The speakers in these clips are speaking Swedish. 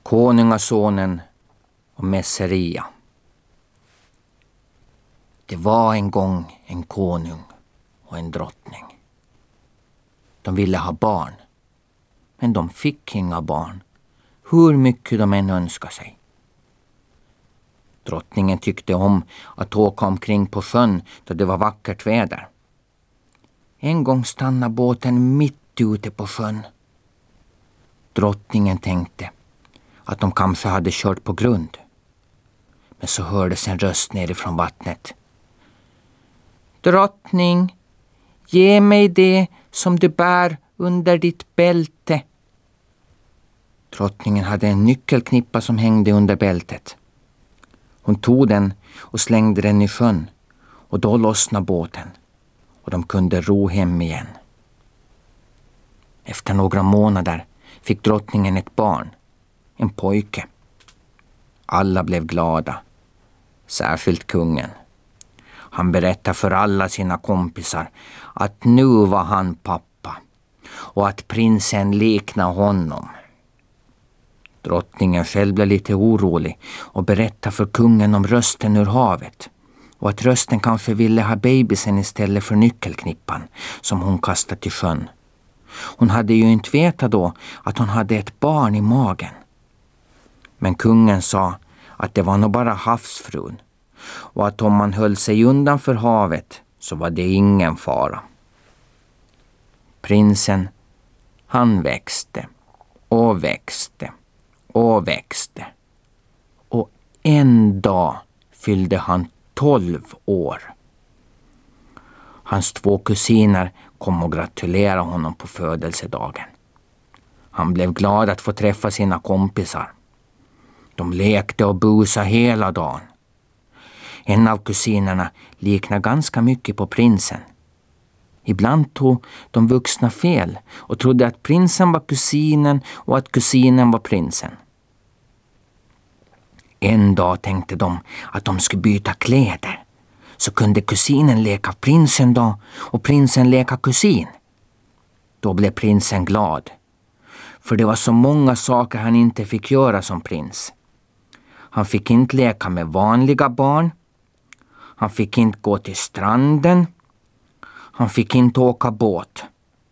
Konungasonen och Messeria. Det var en gång en konung och en drottning. De ville ha barn, men de fick inga barn, hur mycket de än önskade sig. Drottningen tyckte om att åka omkring på sjön då det var vackert väder. En gång stannade båten mitt ute på sjön. Drottningen tänkte att de kanske hade kört på grund. Men så hördes en röst nerifrån vattnet. Drottning, ge mig det som du bär under ditt bälte. Drottningen hade en nyckelknippa som hängde under bältet. Hon tog den och slängde den i sjön, och då lossnade båten och de kunde ro hem igen. Efter några månader fick drottningen ett barn, en pojke. Alla blev glada, särskilt kungen. Han berättade för alla sina kompisar att nu var han pappa och att prinsen liknade honom. Drottningen själv blev lite orolig och berättade för kungen om rösten ur havet och att rösten kanske ville ha babysen istället för nyckelknippan som hon kastade till sjön. Hon hade ju inte vetat då att hon hade ett barn i magen. Men kungen sa att det var nog bara havsfrun och att om man höll sig undan för havet så var det ingen fara. Prinsen, han växte och växte och växte. Och en dag fyllde han 12 år. Hans 2 kusiner kom och gratulerade honom på födelsedagen. Han blev glad att få träffa sina kompisar. De lekte och busade hela dagen. En av kusinerna liknade ganska mycket på prinsen. Ibland tog de vuxna fel och trodde att prinsen var kusinen och att kusinen var prinsen. En dag tänkte de att de skulle byta kläder. Så kunde kusinen leka prinsen då och prinsen leka kusin. Då blev prinsen glad. För det var så många saker han inte fick göra som prins. Han fick inte leka med vanliga barn. Han fick inte gå till stranden. Han fick inte åka båt.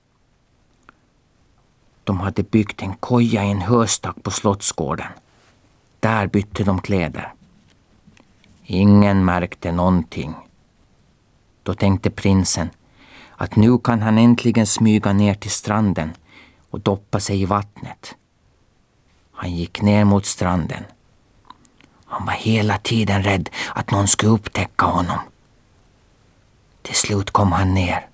De hade byggt en koja i en höstack på slottsgården. Där bytte de kläder. Ingen märkte någonting. Då tänkte prinsen att nu kan han äntligen smyga ner till stranden och doppa sig i vattnet. Han gick ner mot stranden. Han var hela tiden rädd att någon skulle upptäcka honom. Till slut kom han ner.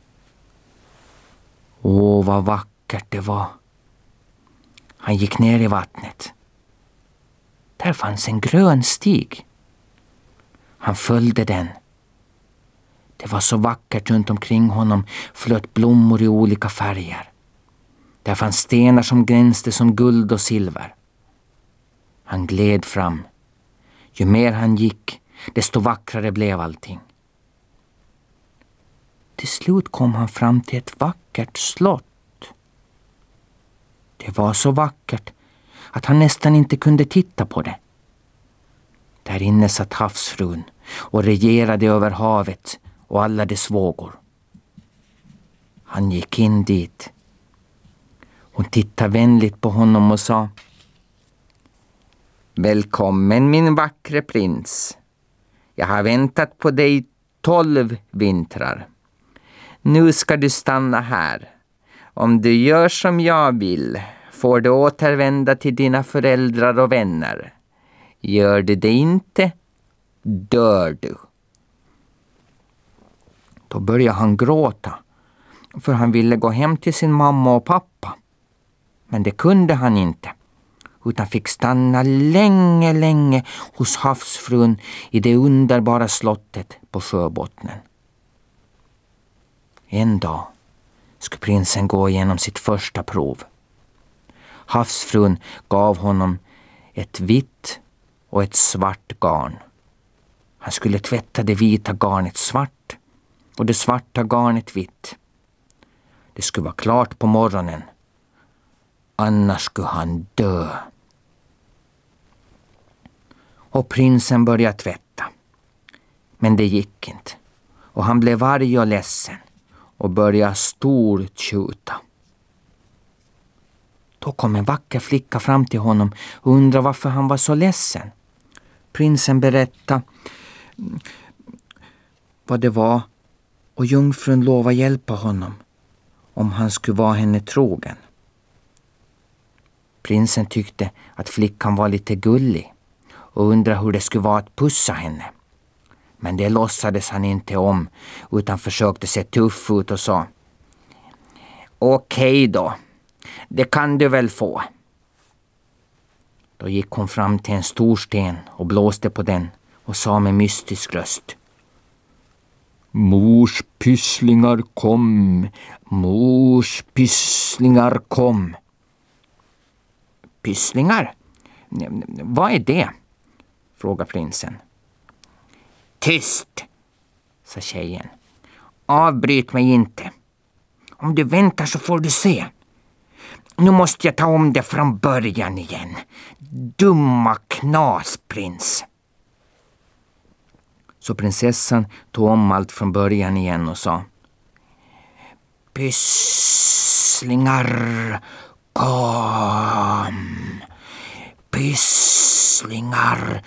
Åh, vad vackert det var. Han gick ner i vattnet. Där fanns en grön stig. Han följde den. Det var så vackert runt omkring honom flöt blommor i olika färger. Där fanns stenar som glänste som guld och silver. Han gled fram. Ju mer han gick, desto vackrare blev allting. Till slut kom han fram till ett vackert slott. Det var så vackert att han nästan inte kunde titta på det. Där inne satt havsfrun och regerade över havet och alla dess vågor. Han gick in dit. Hon tittade vänligt på honom och sa: Välkommen min vackre prins. Jag har väntat på dig 12 vintrar. Nu ska du stanna här. Om du gör som jag vill får du återvända till dina föräldrar och vänner. Gör du det inte, dör du. Då började han gråta, för han ville gå hem till sin mamma och pappa. Men det kunde han inte, utan fick stanna länge hos havsfrun i det underbara slottet på sjöbottnen. En dag skulle prinsen gå igenom sitt första prov. Havsfrun gav honom ett vitt och ett svart garn. Han skulle tvätta det vita garnet svart och det svarta garnet vitt. Det skulle vara klart på morgonen. Annars skulle han dö. Och prinsen började tvätta. Men det gick inte. Och han blev arg och ledsen och började stort tjuta. Då kom en vacker flicka fram till honom och undrade varför han var så ledsen. Prinsen berättade vad det var och jungfrun lovade hjälpa honom om han skulle vara henne trogen. Prinsen tyckte att flickan var lite gullig och undrade hur det skulle vara att pussa henne. Men det låtsades han inte om utan försökte se tuff ut och sa: Okej då, det kan du väl få. Då gick hon fram till en stor sten och blåste på den och sa med mystisk röst: Mors pysslingar kom, mors pysslingar kom. Pysslingar? Vad är det? Frågade prinsen. Tyst, sa tjejen. Avbryt mig inte. Om du väntar så får du se. Nu måste jag ta om det från början igen. Dumma knasprins. Så prinsessan tog om allt från början igen och sa: Pysslingar kom. Pysslingar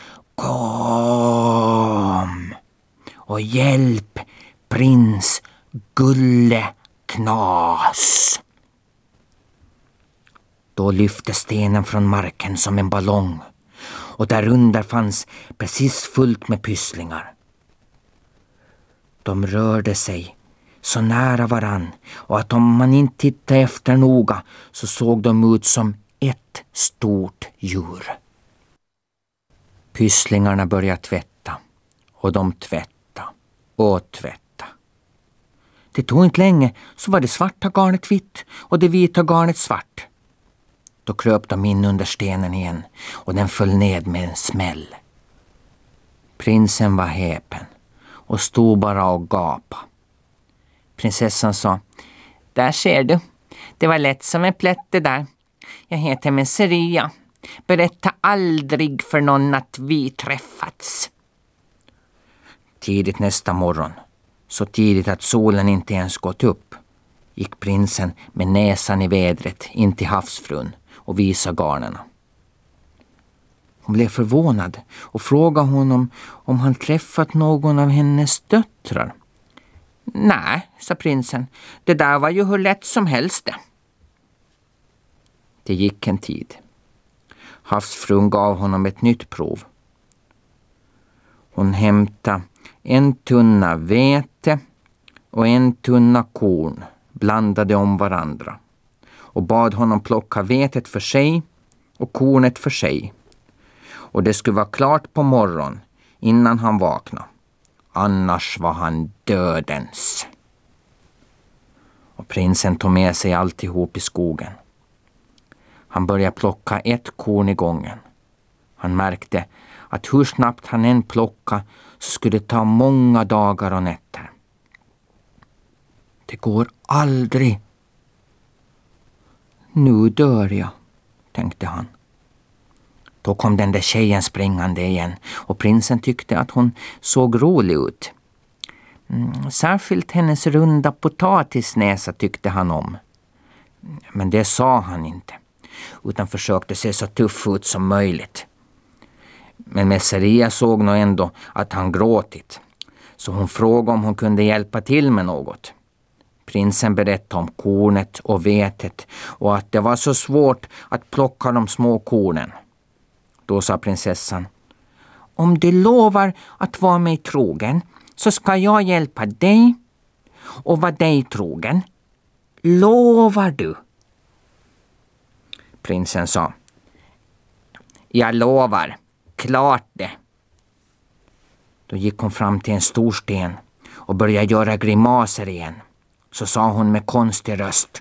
kom. Och hjälp prins Gulleknas. Då lyfte stenen från marken som en ballong och där under fanns precis fullt med pysslingar. De rörde sig så nära varann och att om man inte tittade efter noga så såg de ut som ett stort djur. Pysslingarna började tvätta och de tvätta och tvätta. Det tog inte länge så var det svarta garnet vitt och det vita garnet svart. Då kröp de in under stenen igen och den föll ned med en smäll. Prinsen var häpen och stod bara och gapade. Prinsessan sa: Där ser du, det var lätt som en plätt det där. Jag heter Messeria. Berätta aldrig för någon att vi träffats. Tidigt nästa morgon, så tidigt att solen inte ens gått upp, gick prinsen med näsan i vädret in till havsfrun och visade garnerna. Hon blev förvånad och frågade honom om han träffat någon av hennes döttrar. Nej, sa prinsen, det där var ju hur lätt som helst det. Det gick en tid. Havsfrun gav honom ett nytt prov. Hon hämtade en tunna vete och en tunna korn, blandade om varandra och bad honom plocka vetet för sig och kornet för sig. Och det skulle vara klart på morgon innan han vaknade. Annars var han dödens. Och prinsen tog med sig alltihop i skogen. Han började plocka ett korn i gången. Han märkte att hur snabbt han än plockade så skulle det ta många dagar och nätter. Det går aldrig. Nu dör jag, tänkte han. Då kom den där tjejen springande igen och prinsen tyckte att hon såg rolig ut. Särskilt hennes runda potatisnäsa tyckte han om. Men det sa han inte, utan försökte se så tuff ut som möjligt. Men Messeria såg nog ändå att han gråtit, så hon frågade om hon kunde hjälpa till med något. Prinsen berättade om kornet och vetet och att det var så svårt att plocka de små kornen. Då sa prinsessan: Om du lovar att vara mig trogen så ska jag hjälpa dig och vara dig trogen. Lovar du? Prinsen sa: Jag lovar, klart det. Då gick hon fram till en stor sten och började göra grimaser igen. Så sa hon med konstig röst: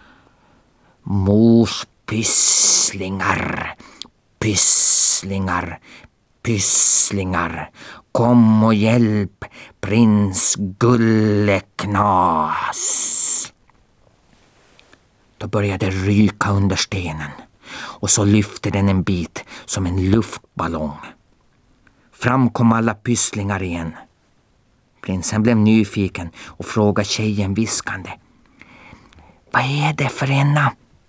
Mors pysslingar, pysslingar, pysslingar, kom och hjälp prins Gulleknas. Då började det ryka under stenen och så lyfte den en bit som en luftballong. Fram kom alla pysslingar igen. Prinsen blev nyfiken och frågade tjejen viskande. Vad är det för ena?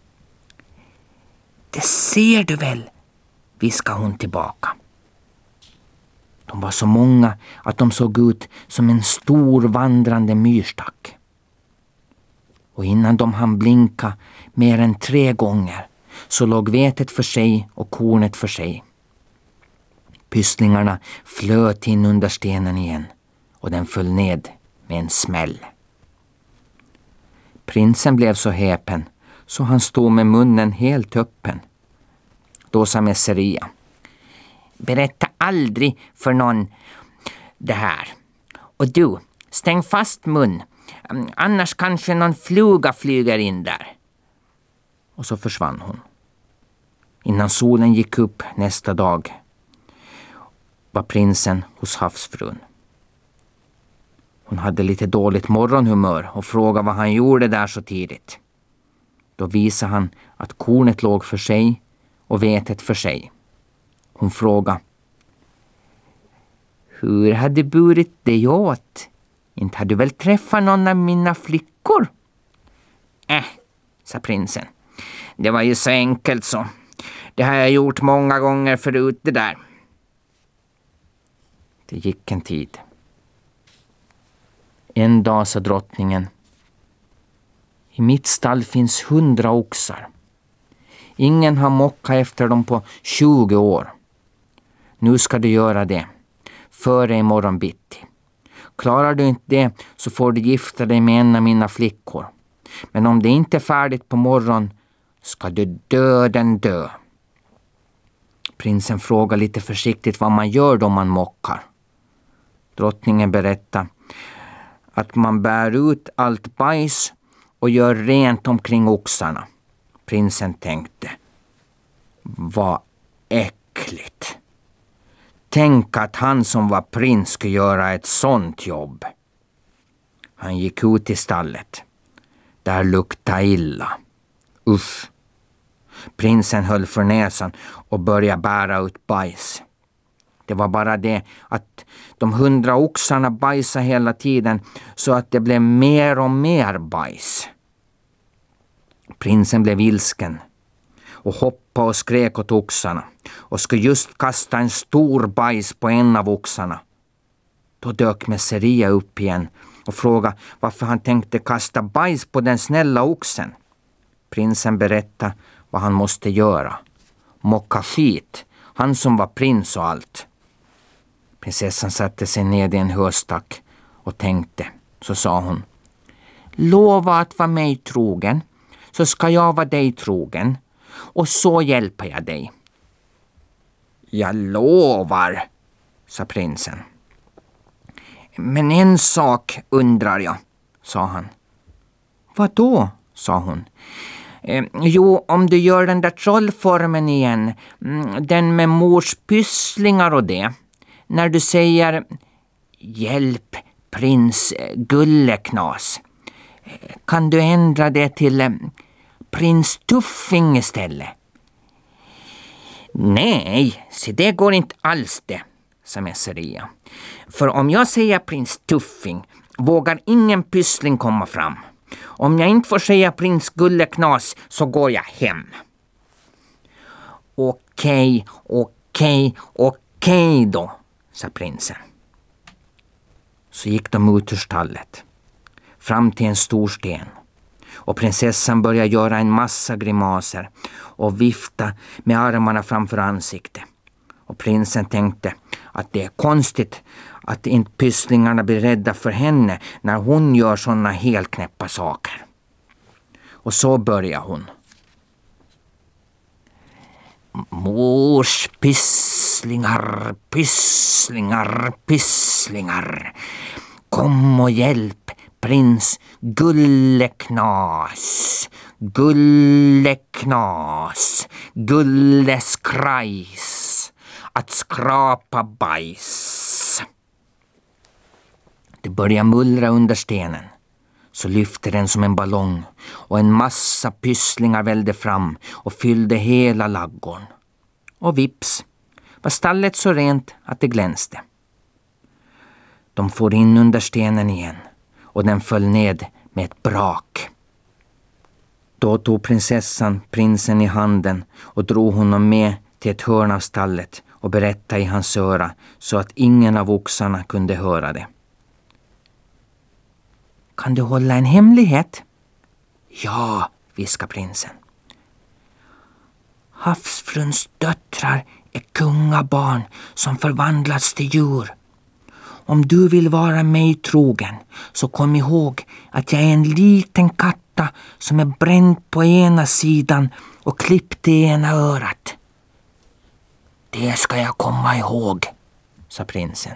Det ser du väl, viskade hon tillbaka. De var så många att de såg ut som en stor vandrande myrstack. Och innan de hann blinka mer än 3 gånger så låg vetet för sig och kornet för sig. Pysslingarna flöt in under stenen igen och den föll ned med en smäll. Prinsen blev så häpen så han stod med munnen helt öppen. Då sa Messeria. Berätta aldrig för någon det här. Och du, stäng fast mun. Annars kanske någon fluga flyger in där. Och så försvann hon. Innan solen gick upp nästa dag var prinsen hos havsfrun. Hon hade lite dåligt morgonhumör och frågade vad han gjorde där så tidigt. Då visade han att kornet låg för sig och vetet för sig. Hon frågade. Hur hade burit det åt? Inte hade du väl träffat någon av mina flickor? Sa prinsen. Det var ju så enkelt så. Det har jag gjort många gånger förut det där. Det gick en tid. En dag sa drottningen. I mitt stall finns 100 oxar. Ingen har mockat efter dem på 20 år. Nu ska du göra det. Före imorgon bitti. Klarar du inte det så får du gifta dig med en av mina flickor. Men om det inte är färdigt på morgon ska du döden dö. Prinsen frågar lite försiktigt vad man gör då man mockar. Drottningen berättar att man bär ut allt bajs och gör rent omkring oxarna. Prinsen tänkte. Vad äckligt. Tänk att han som var prins skulle göra ett sånt jobb. Han gick ut i stallet. Där luktade illa. Uff. Prinsen höll för näsan och började bära ut bajs. Det var bara det att de 100 oxarna bajsade hela tiden så att det blev mer och mer bajs. Prinsen blev ilsken och hoppade och skrek åt oxarna och skulle just kasta en stor bajs på en av oxarna. Då dök Messeria upp igen och frågade varför han tänkte kasta bajs på den snälla oxen. Prinsen berättade vad han måste göra. Mocka skit, han som var prins och allt. Prinsessan satte sig ned i en höstack och tänkte. Så sa hon. Lova att vara mig trogen, så ska jag vara dig trogen. Och så hjälper jag dig. Jag lovar, sa prinsen. Men en sak undrar jag, sa han. Vad då, sa hon. Jo, om du gör den där trollformen igen, den med mors pysslingar och det. När du säger hjälp prins Gulleknas, kan du ändra det till prins Tuffing istället? Nej, så det går inte alls det, sa Messeria. För om jag säger prins Tuffing vågar ingen pyssling komma fram. Om jag inte får säga prins Gulleknas så går jag hem. Okej då, sa prinsen. Så gick de ut ur stallet, fram till en stor sten. Och prinsessan började göra en massa grimaser och vifta med armarna framför ansiktet. Och prinsen tänkte att det är konstigt att inte pysslingarna blir rädda för henne när hon gör sådana helt knäppa saker. Och så började hon. Mors pysslingar, pysslingar, pysslingar. Kom och hjälp prins Gulleknas, Gulleknas, Gulleskrajs, att skrapa bajs. Det började mullra under stenen. Så lyfte den som en ballong och en massa pysslingar välde fram och fyllde hela laggården. Och vips var stallet så rent att det glänste. De for in under stenen igen och den föll ned med ett brak. Då tog prinsessan prinsen i handen och drog honom med till ett hörn av stallet och berättade i hans öra så att ingen av oxarna kunde höra det. Kan du hålla en hemlighet? Ja, viskade prinsen. Havsfruns döttrar är kungabarn som förvandlats till djur. Om du vill vara mig trogen så kom ihåg att jag är en liten katta som är bränd på ena sidan och klippt i ena örat. Det ska jag komma ihåg, sa prinsen.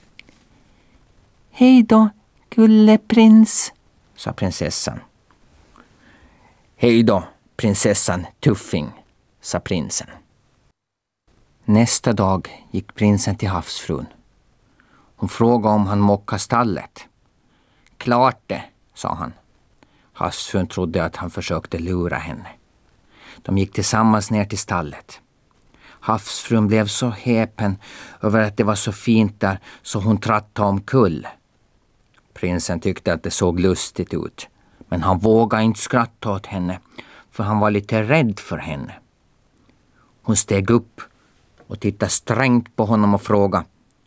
Hej då, gulleprins, sa prinsessan. Hej då, prinsessan Tuffing, sa prinsen. Nästa dag gick prinsen till havsfrun. Hon frågade om han mockade stallet. Klart det, sa han. Havsfrun trodde att han försökte lura henne. De gick tillsammans ner till stallet. Havsfrun blev så häpen över att det var så fint där så hon trattade omkull. Prinsen tyckte att det såg lustigt ut, men han vågade inte skratta åt henne för han var lite rädd för henne. Hon steg upp och tittade strängt på honom och frågade: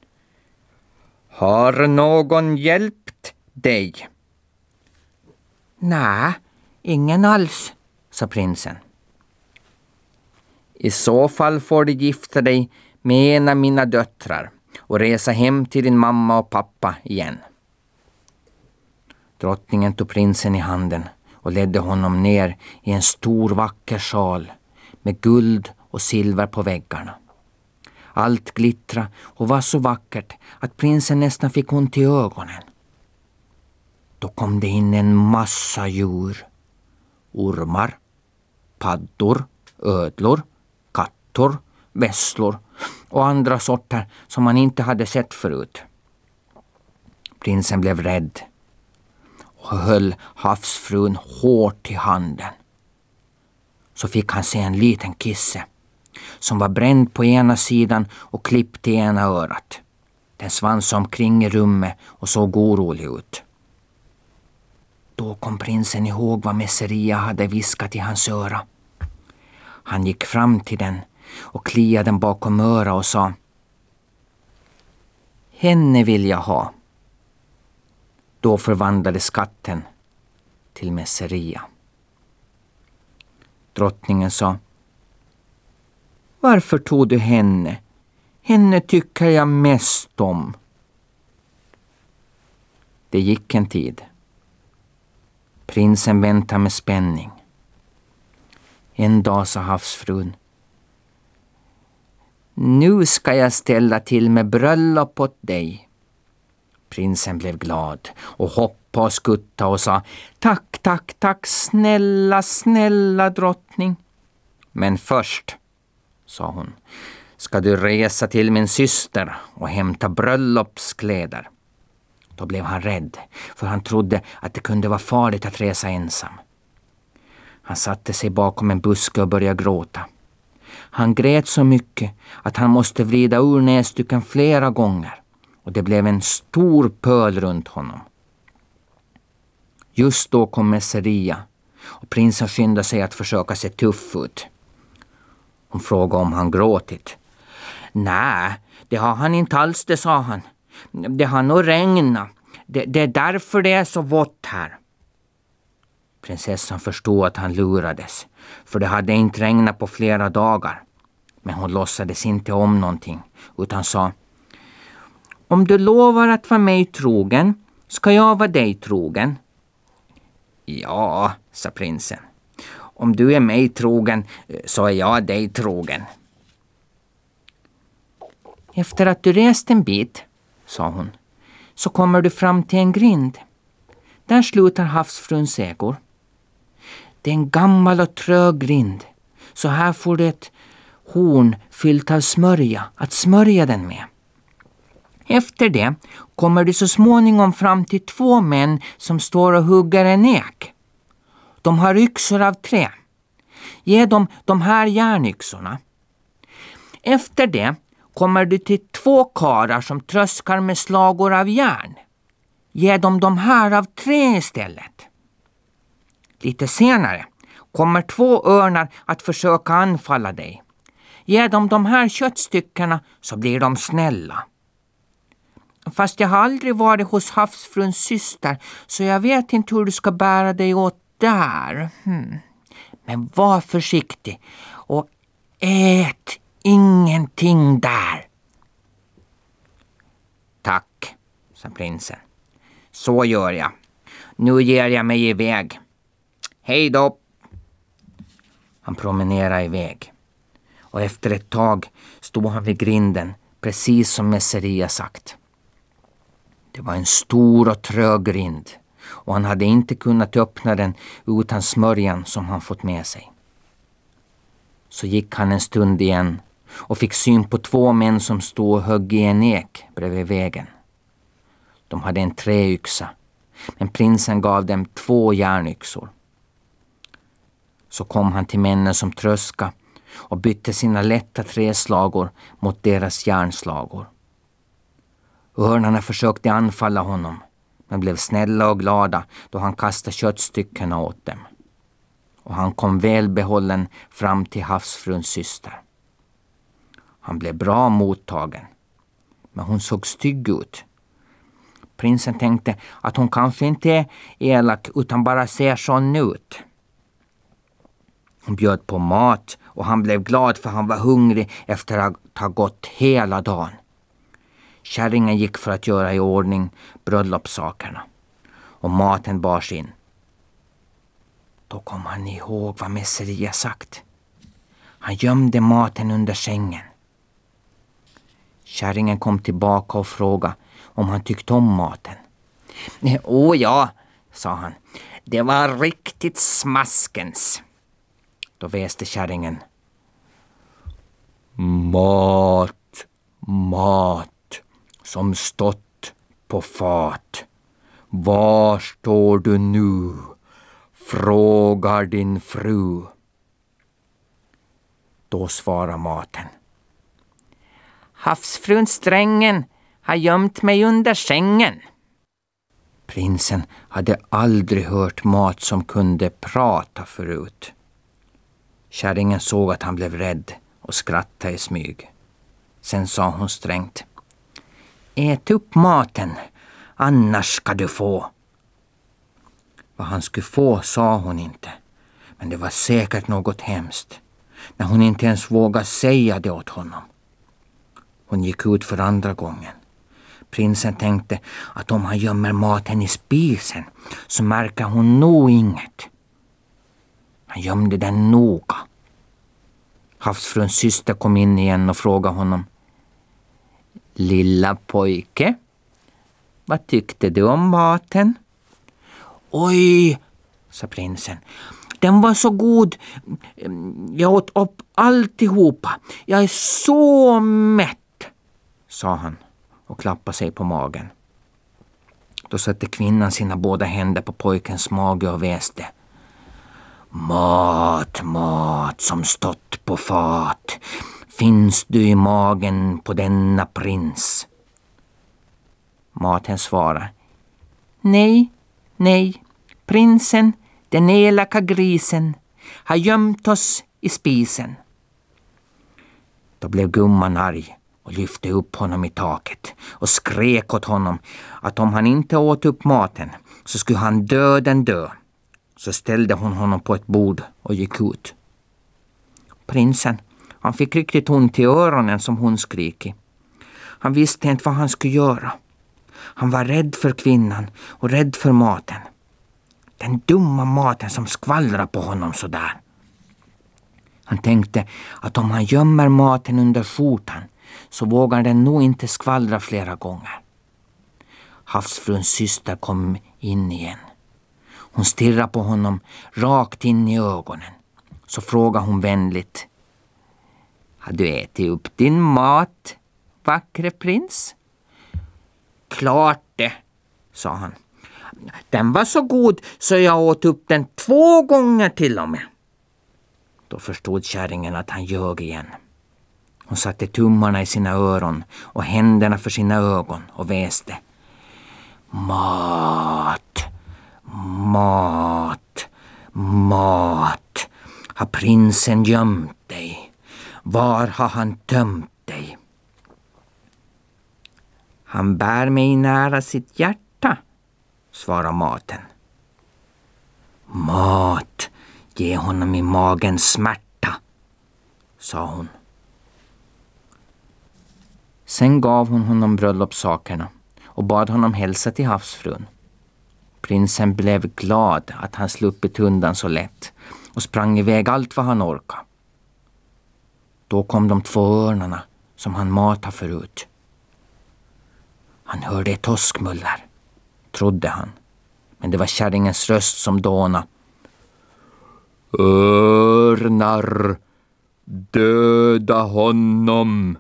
Har någon hjälpt dig? Nej, ingen alls, sa prinsen. I så fall får du gifta dig med en av mina döttrar och resa hem till din mamma och pappa igen. Drottningen tog prinsen i handen och ledde honom ner i en stor vacker sal med guld och silver på väggarna. Allt glittra och var så vackert att prinsen nästan fick ont i ögonen. Då kom det in en massa djur. Ormar, paddor, ödlor, kattor, vesslor och andra sorter som han inte hade sett förut. Prinsen blev rädd och höll havsfrun hårt i handen. Så fick han se en liten kisse som var bränd på ena sidan och klippt i ena örat. Den svans omkring i rummet och såg orolig ut. Då kom prinsen ihåg vad Messeria hade viskat i hans öra. Han gick fram till den och kliade den bakom öra och sa: Henne vill jag ha. Då förvandlades katten till Messeria. Drottningen sa: Varför tog du henne? Henne tycker jag mest om. Det gick en tid. Prinsen väntade med spänning. En dag sa havsfrun: Nu ska jag ställa till med bröllop åt dig. Prinsen blev glad och hoppade och skuttade och sa: Tack, tack, tack, snälla, snälla drottning. Men först, sa hon, ska du resa till min syster och hämta bröllopskläder. Då blev han rädd, för han trodde att det kunde vara farligt att resa ensam. Han satte sig bakom en buske och började gråta. Han grät så mycket att han måste vrida ur näsduken flera gånger, och det blev en stor pöl runt honom. Just då kom Messeria, och prinsen skyndade sig att försöka se tuff ut. Hon frågade om han gråtit. Nej, det har han inte alls, det sa han. Det har nog regnat. Det är därför det är så vått här. Prinsessan förstod att han lurades, för det hade inte regnat på flera dagar. Men hon låtsades inte om någonting, utan sa: Om du lovar att vara mig trogen, ska jag vara dig trogen. Ja, sa prinsen. Om du är mig trogen, så är jag dig trogen. Efter att du rest en bit, sa hon, så kommer du fram till en grind. Där slutar havsfruns ägor. Det är en gammal och trög grind, så här får du ett horn fyllt av smörja att smörja den med. Efter det kommer du så småningom fram till 2 män som står och hugger en ek. De har yxor av trä. Ge dem de här järnyxorna. Efter det kommer du till 2 karar som tröskar med slagor av järn. Ge dem de här av trä istället. Lite senare kommer 2 örnar att försöka anfalla dig. Ge dem de här köttstyckena så blir de snälla. Fast jag har aldrig varit hos havsfruns syster så jag vet inte hur du ska bära dig åt där. Men var försiktig och ät ingenting där. Tack, sa prinsen. Så gör jag. Nu ger jag mig iväg. Hej då. Han promenerade iväg. Och efter ett tag stod han vid grinden, precis som Messeria sagt. Det var en stor och trög grind och han hade inte kunnat öppna den utan smörjan som han fått med sig. Så gick han en stund igen och fick syn på 2 män som stod och högg i en ek bredvid vägen. De hade en träyxa, men prinsen gav dem 2 järnyxor. Så kom han till männen som tröska och bytte sina lätta träslagor mot deras järnslagor. Örnarna försökte anfalla honom, men blev snälla och glada då han kastade köttstyckena åt dem. Och han kom välbehållen fram till havsfruns syster. Han blev bra mottagen, men hon såg stygg ut. Prinsen tänkte att hon kanske inte är elak utan bara ser sån ut. Hon bjöd på mat och han blev glad för han var hungrig efter att ha gått hela dagen. Kärringen gick för att göra i ordning bröllopssakerna och maten bars in. Då kom han ihåg vad Messeria sagt. Han gömde maten under sängen. Kärringen kom tillbaka och frågade om han tyckte om maten. Åh ja, sa han. Det var riktigt smaskens. Då väste kärringen. Mat som stått på fat. Var står du nu? Frågar din fru. Då svarar maten. Havsfrun Strängen har gömt mig under sängen. Prinsen hade aldrig hört mat som kunde prata förut. Kärringen såg att han blev rädd och skrattade i smyg. Sen sa hon strängt. Ät upp maten, annars ska du få. Vad han skulle få sa hon inte. Men det var säkert något hemskt. När hon inte ens vågade säga det åt honom. Hon gick ut för andra gången. Prinsen tänkte att om han gömmer maten i spisen så märker hon nog inget. Han gömde den noga. Havsfruns syster kom in igen och frågade honom. Lilla pojke, vad tyckte du om maten? Oj, sa prinsen. Den var så god. Jag åt upp alltihopa. Jag är så mätt, sa han och klappade sig på magen. Då satte kvinnan sina båda händer på pojkens mage och väste. Mat som stått på fat. Finns du i magen på denna prins? Maten svarar. Nej. Prinsen, den elaka grisen, har gömt oss i spisen. Då blev gumman arg och lyfte upp honom i taket och skrek åt honom att om han inte åt upp maten så skulle han dö. Så ställde hon honom på ett bord och gick ut. Prinsen, han fick riktigt ont i öronen som hon skrikit. Han visste inte vad han skulle göra. Han var rädd för kvinnan och rädd för maten. Den dumma maten som skvallrade på honom sådär. Han tänkte att om han gömmer maten under foten så vågar den nog inte skvallra flera gånger. Havsfruns syster kom in igen. Hon stirrade på honom rakt in i ögonen. Så frågade hon vänligt. Har du ätit upp din mat, vackre prins? Klart det, sa han. Den var så god så jag åt upp den 2 gånger till och med. Då förstod kärringen att han ljög igen. Hon satte tummarna i sina öron och händerna för sina ögon och väste. Mat, mat, mat. Har prinsen gömt dig? Var har han tömt dig? Han bär mig nära sitt hjärta, svarade maten. Mat, ge honom i magen smärta, sa hon. Sen gav hon honom bröllopssakerna och bad honom hälsa till havsfrun. Prinsen blev glad att han sluppit undan så lätt och sprang iväg allt vad han orkade. Då kom de 2 örnarna som han matade förut. Han hörde ett toskmuller, trodde han. Men det var kärringens röst som dånade. Örnar, döda honom!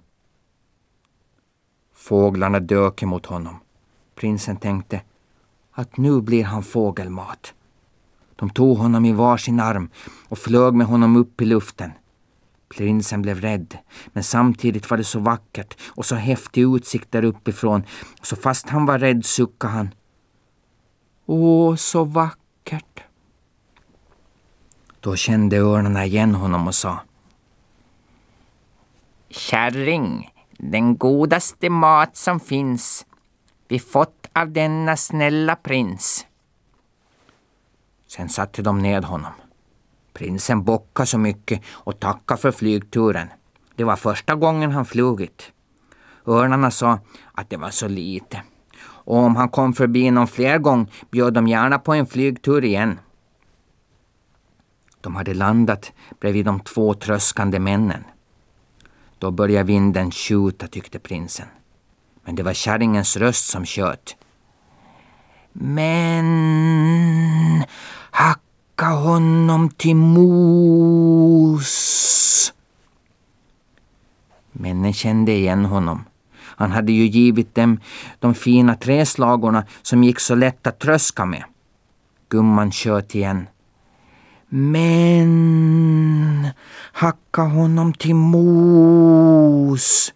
Fåglarna dök emot honom. Prinsen tänkte att nu blir han fågelmat. De tog honom i varsin arm och flög med honom upp i luften. Prinsen blev rädd, men samtidigt var det så vackert och så häftig utsikt där uppifrån, så fast han var rädd suckade han. Åh, så vackert! Då kände örnarna igen honom och sa: Kärring, den godaste mat som finns, vi fått av denna snälla prins. Sen satte de ned honom. Prinsen bockade så mycket och tackade för flygturen. Det var första gången han flugit. Örnarna sa att det var så lite. Och om han kom förbi någon fler gång bjöd de gärna på en flygtur igen. De hade landat bredvid de 2 tröskande männen. Då började vinden tjuta, tyckte prinsen. Men det var kärringens röst som tjöt. Men hacka honom till mos. Männen kände igen honom. Han hade ju givit dem de fina träslagorna som gick så lätt att tröska med. Gumman tjöt igen. Men hacka honom till mos.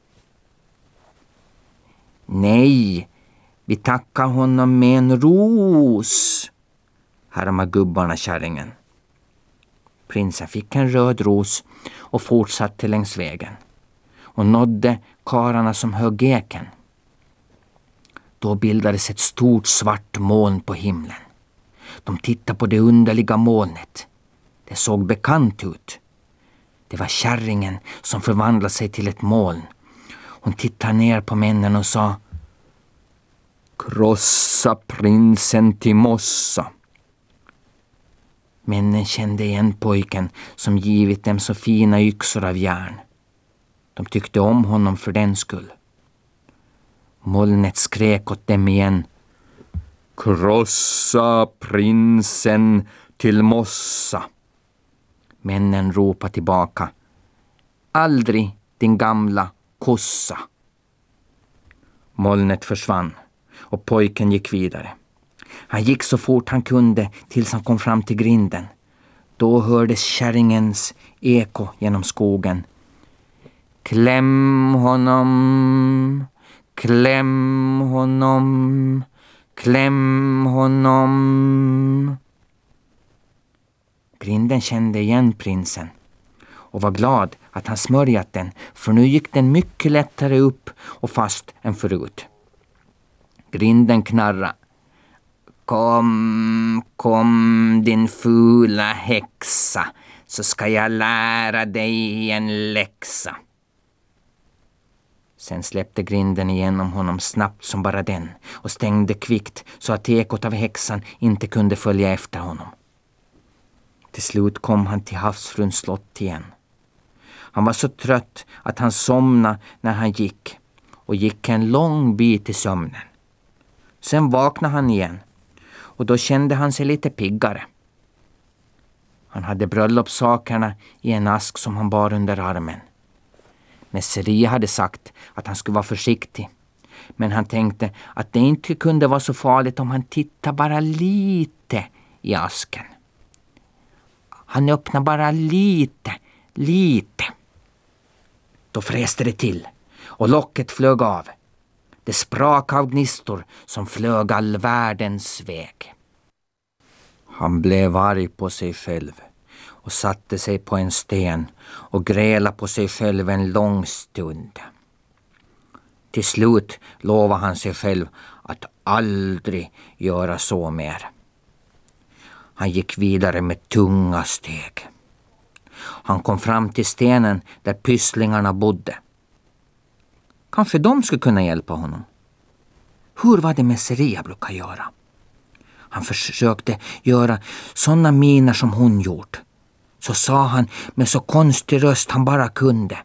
Nej, vi tackar honom med en ros, härmade gubbarna kärringen. Prinsen fick en röd ros och fortsatte längs vägen och nådde karlarna som högg eken. Då bildades ett stort svart moln på himlen. De tittade på det underliga molnet. Det såg bekant ut. Det var kärringen som förvandlade sig till ett moln. Hon tittade ner på männen och sa: Krossa prinsen till mossa. Männen kände igen pojken som givit dem så fina yxor av järn. De tyckte om honom för den skull. Molnet skrek åt dem igen: Krossa prinsen till mossa. Männen ropade tillbaka: Aldrig, din gamla kossa. Molnet försvann och pojken gick vidare. Han gick så fort han kunde tills han kom fram till grinden. Då hördes kärringens eko genom skogen. Kläm honom, kläm honom, kläm honom. Grinden kände igen prinsen och var glad att han smörjat den, för nu gick den mycket lättare upp och fast än förut. Grinden knarra. Kom, kom din fula häxa, så ska jag lära dig en läxa. Sen släppte grinden igenom honom snabbt som bara den och stängde kvickt så att ekot av häxan inte kunde följa efter honom. Till slut kom han till havsfruns slott igen. Han var så trött att han somnade när han gick och gick en lång bit i sömnen. Sen vaknade han igen och då kände han sig lite piggare. Han hade bröllopssakerna i en ask som han bar under armen. Mässeri hade sagt att han skulle vara försiktig, men han tänkte att det inte kunde vara så farligt om han tittade bara lite i asken. Han öppnade bara lite. Då fräste det till och locket flög av. Det sprak av gnistor som flög all världens väg. Han blev arg på sig själv och satte sig på en sten och grälade på sig själv en lång stund. Till slut lovade han sig själv att aldrig göra så mer. Han gick vidare med tunga steg. Han kom fram till stenen där pysslingarna bodde. Kanske de skulle kunna hjälpa honom. Hur var det Messeria brukar göra? Han försökte göra sådana miner som hon gjort. Så sa han med så konstig röst han bara kunde.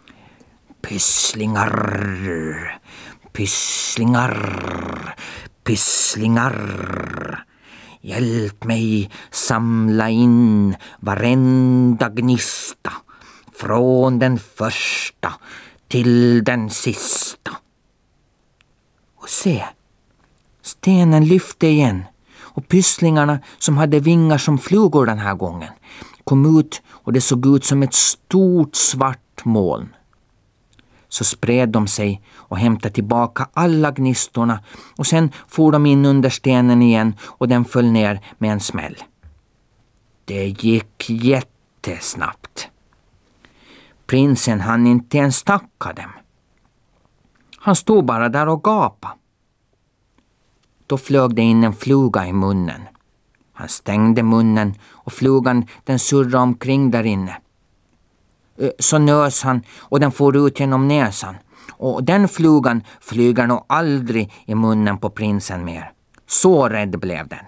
Pysslingar, pysslingar, pysslingar. Hjälp mig samla in varenda gnista. Från den första till den sista. Och se, stenen lyfte igen. Och pysslingarna som hade vingar som flugor den här gången kom ut och det såg ut som ett stort svart moln. Så spred de sig och hämtade tillbaka alla gnistorna och sen for de in under stenen igen och den föll ner med en smäll. Det gick jättesnabbt. Prinsen hann inte ens tacka dem. Han stod bara där och gapade. Då flög det in en fluga i munnen. Han stängde munnen och flugan den surrade omkring där inne. Så nös han och den for ut genom näsan. Och den flugan flyger nog aldrig i munnen på prinsen mer. Så rädd blev den.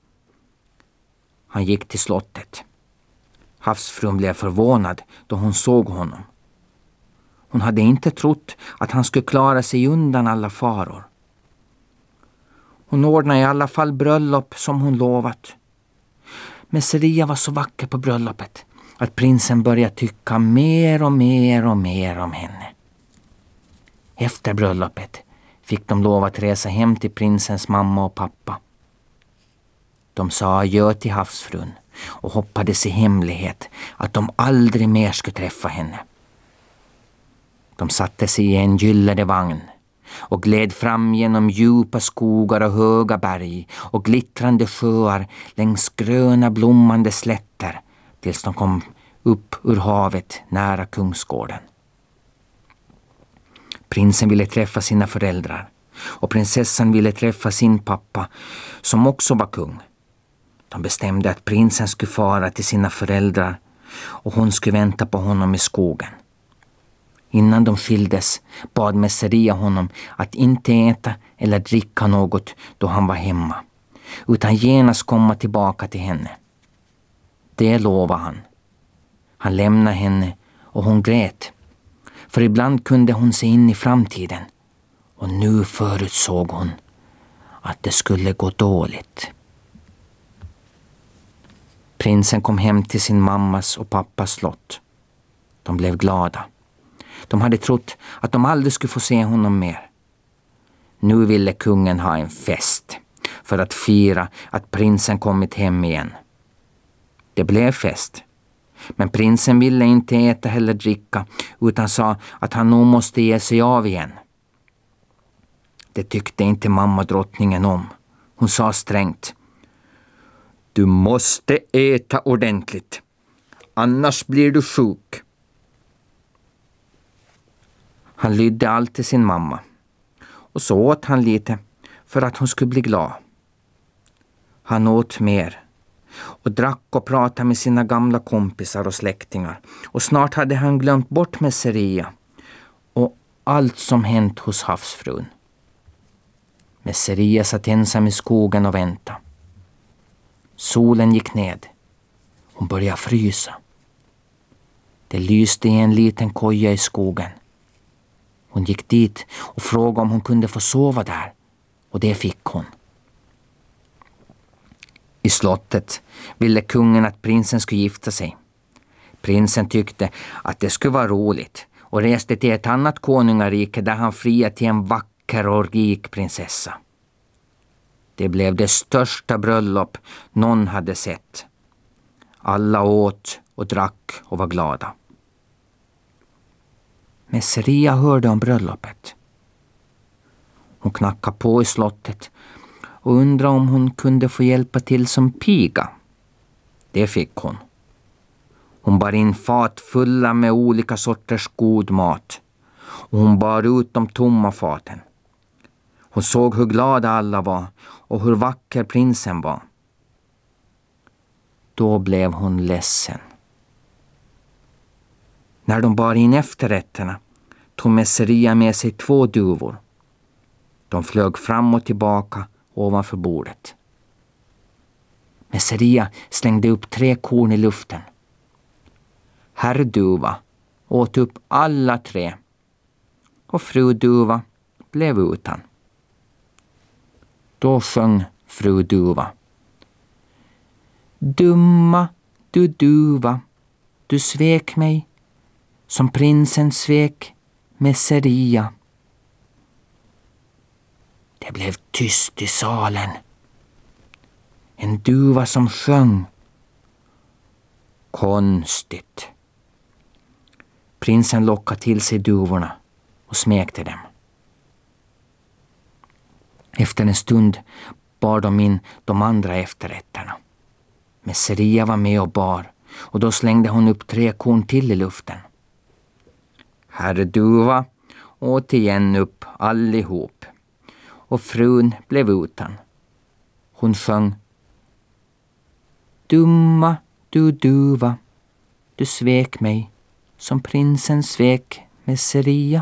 Han gick till slottet. Havsfrun blev förvånad då hon såg honom. Hon hade inte trott att han skulle klara sig undan alla faror. Hon ordnade i alla fall bröllop som hon lovat. Messeria var så vacker på bröllopet att prinsen började tycka mer och mer och mer om henne. Efter bröllopet fick de lov att resa hem till prinsens mamma och pappa. De sa adjö till havsfrun och hoppades i hemlighet att de aldrig mer skulle träffa henne. De satte sig i en gyllene vagn och gled fram genom djupa skogar och höga berg och glittrande sjöar längs gröna blommande slätter tills de kom upp ur havet nära kungsgården. Prinsen ville träffa sina föräldrar och prinsessan ville träffa sin pappa som också var kung. De bestämde att prinsen skulle fara till sina föräldrar och hon skulle vänta på honom i skogen. Innan de skildes bad Messeria honom att inte äta eller dricka något då han var hemma, utan genast komma tillbaka till henne. Det lovade han. Han lämnade henne och hon grät, för ibland kunde hon se in i framtiden och nu förutsåg hon att det skulle gå dåligt. Prinsen kom hem till sin mammas och pappas slott. De blev glada. De hade trott att de aldrig skulle få se honom mer. Nu ville kungen ha en fest för att fira att prinsen kommit hem igen. Det blev fest. Men prinsen ville inte äta eller dricka utan sa att han nog måste ge sig av igen. Det tyckte inte mamma drottningen om. Hon sa strängt: Du måste äta ordentligt, annars blir du sjuk. Han lydde alltid sin mamma och så åt han lite för att hon skulle bli glad. Han åt mer och drack och pratade med sina gamla kompisar och släktingar och snart hade han glömt bort Messeria och allt som hänt hos havsfrun. Messeria satt ensam i skogen och väntade. Solen gick ned. Hon började frysa. Det lyste i en liten koja i skogen. Hon gick dit och frågade om hon kunde få sova där, och det fick hon. I slottet ville kungen att prinsen skulle gifta sig. Prinsen tyckte att det skulle vara roligt och reste till ett annat konungarike där han friade till en vacker och rik prinsessa. Det blev det största bröllop någon hade sett. Alla åt och drack och var glada. Messeria hörde om bröllopet. Hon knackade på i slottet och undrade om hon kunde få hjälpa till som piga. Det fick hon. Hon bar in fat fulla med olika sorters god mat och hon bar ut de tomma faten. Hon såg hur glada alla var och hur vacker prinsen var. Då blev hon ledsen. När de bar in efterrätterna tog Messeria med sig 2 duvor. De flög fram och tillbaka ovanför bordet. Messeria slängde upp 3 korn i luften. Herr duva åt upp alla 3 och fru duva blev utan. Då sjöng fru duva: Dumma du duva, du svek mig som prinsen svek Messeria. Det blev tyst i salen. En duva som sjöng. Konstigt. Prinsen lockade till sig duvorna och smekte dem. Efter en stund bar de in de andra efterrätterna. Messeria var med och bar och då slängde hon upp 3 korn till i luften. Herr duva åt igen upp allihop och frun blev utan. Hon sjöng: Dumma du duva, du svek mig som prinsen svek Messeria.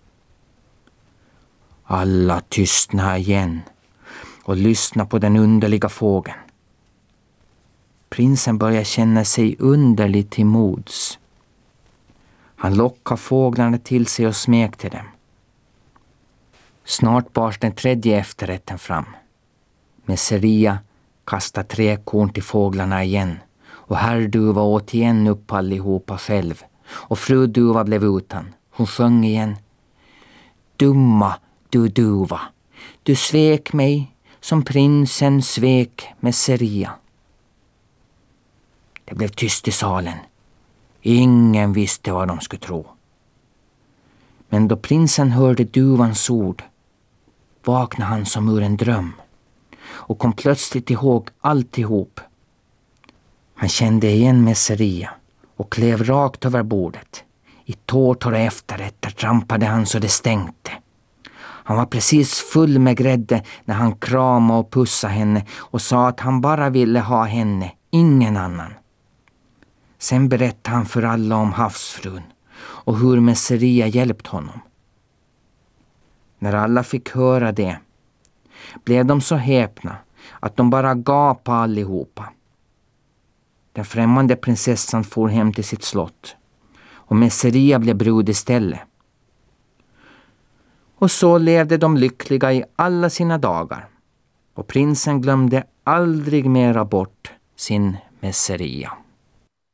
Alla tystnade igen och lyssnade på den underliga fågeln. Prinsen började känna sig underligt till mods. Han lockade fåglarna till sig och smekte dem. Snart bars den 3:e efterrätten fram. Messeria kastade 3 korn till fåglarna igen och herr duva åt igen upp allihopa själv och fru duva blev utan. Hon sjöng igen: Dumma du duva, du svek mig som prinsen svek Messeria. Det blev tyst i salen. Ingen visste vad de skulle tro. Men då prinsen hörde duvans ord vaknade han som ur en dröm och kom plötsligt ihåg alltihop. Han kände igen Messeria och klev rakt över bordet. I tårtor och efterrätter trampade han så det stänkte. Han var precis full med grädde när han kramade och pussade henne och sa att han bara ville ha henne, ingen annan. Sen berättade han för alla om havsfrun och hur Messeria hjälpt honom. När alla fick höra det blev de så häpna att de bara gapade allihopa. Den främmande prinsessan for hem till sitt slott och Messeria blev brud istället. Och så levde de lyckliga i alla sina dagar och prinsen glömde aldrig mera bort sin Messeria.